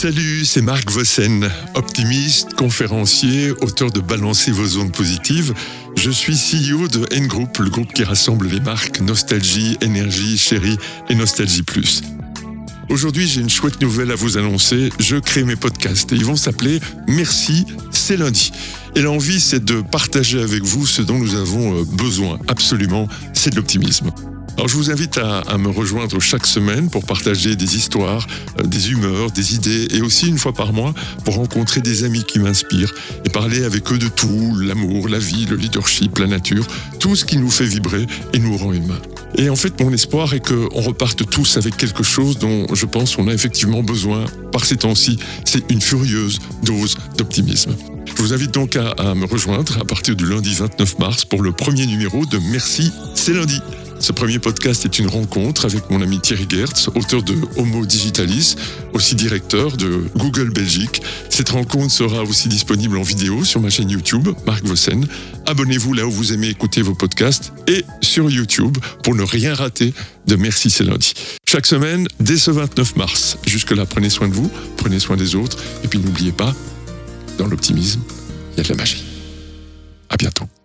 Salut, c'est Marc Vossen, optimiste, conférencier, auteur de Balancer vos ondes positives. Je suis CEO de N-Group, le groupe qui rassemble les marques Nostalgie, Énergie, Chérie et Nostalgie Plus. Aujourd'hui, j'ai une chouette nouvelle à vous annoncer. Je crée mes podcasts et ils vont s'appeler Merci, c'est lundi. Et l'envie, c'est de partager avec vous ce dont nous avons besoin, absolument, c'est de l'optimisme. Alors je vous invite à me rejoindre chaque semaine pour partager des histoires, des humeurs, des idées et aussi une fois par mois pour rencontrer des amis qui m'inspirent et parler avec eux de tout, l'amour, la vie, le leadership, la nature, tout ce qui nous fait vibrer et nous rend humains. Et en fait, mon espoir est qu'on reparte tous avec quelque chose dont je pense qu'on a effectivement besoin par ces temps-ci, c'est une furieuse dose d'optimisme. Je vous invite donc à me rejoindre à partir du lundi 29 mars pour le premier numéro de Merci, c'est lundi. Ce premier podcast est une rencontre avec mon ami Thierry Geertz, auteur de Homo Digitalis, aussi directeur de Google Belgique. Cette rencontre sera aussi disponible en vidéo sur ma chaîne YouTube, Marc Vossen. Abonnez-vous là où vous aimez écouter vos podcasts et sur YouTube pour ne rien rater de Merci, c'est lundi. Chaque semaine, dès ce 29 mars. Jusque-là, prenez soin de vous, prenez soin des autres. Et puis n'oubliez pas, dans l'optimisme, il y a de la magie. À bientôt.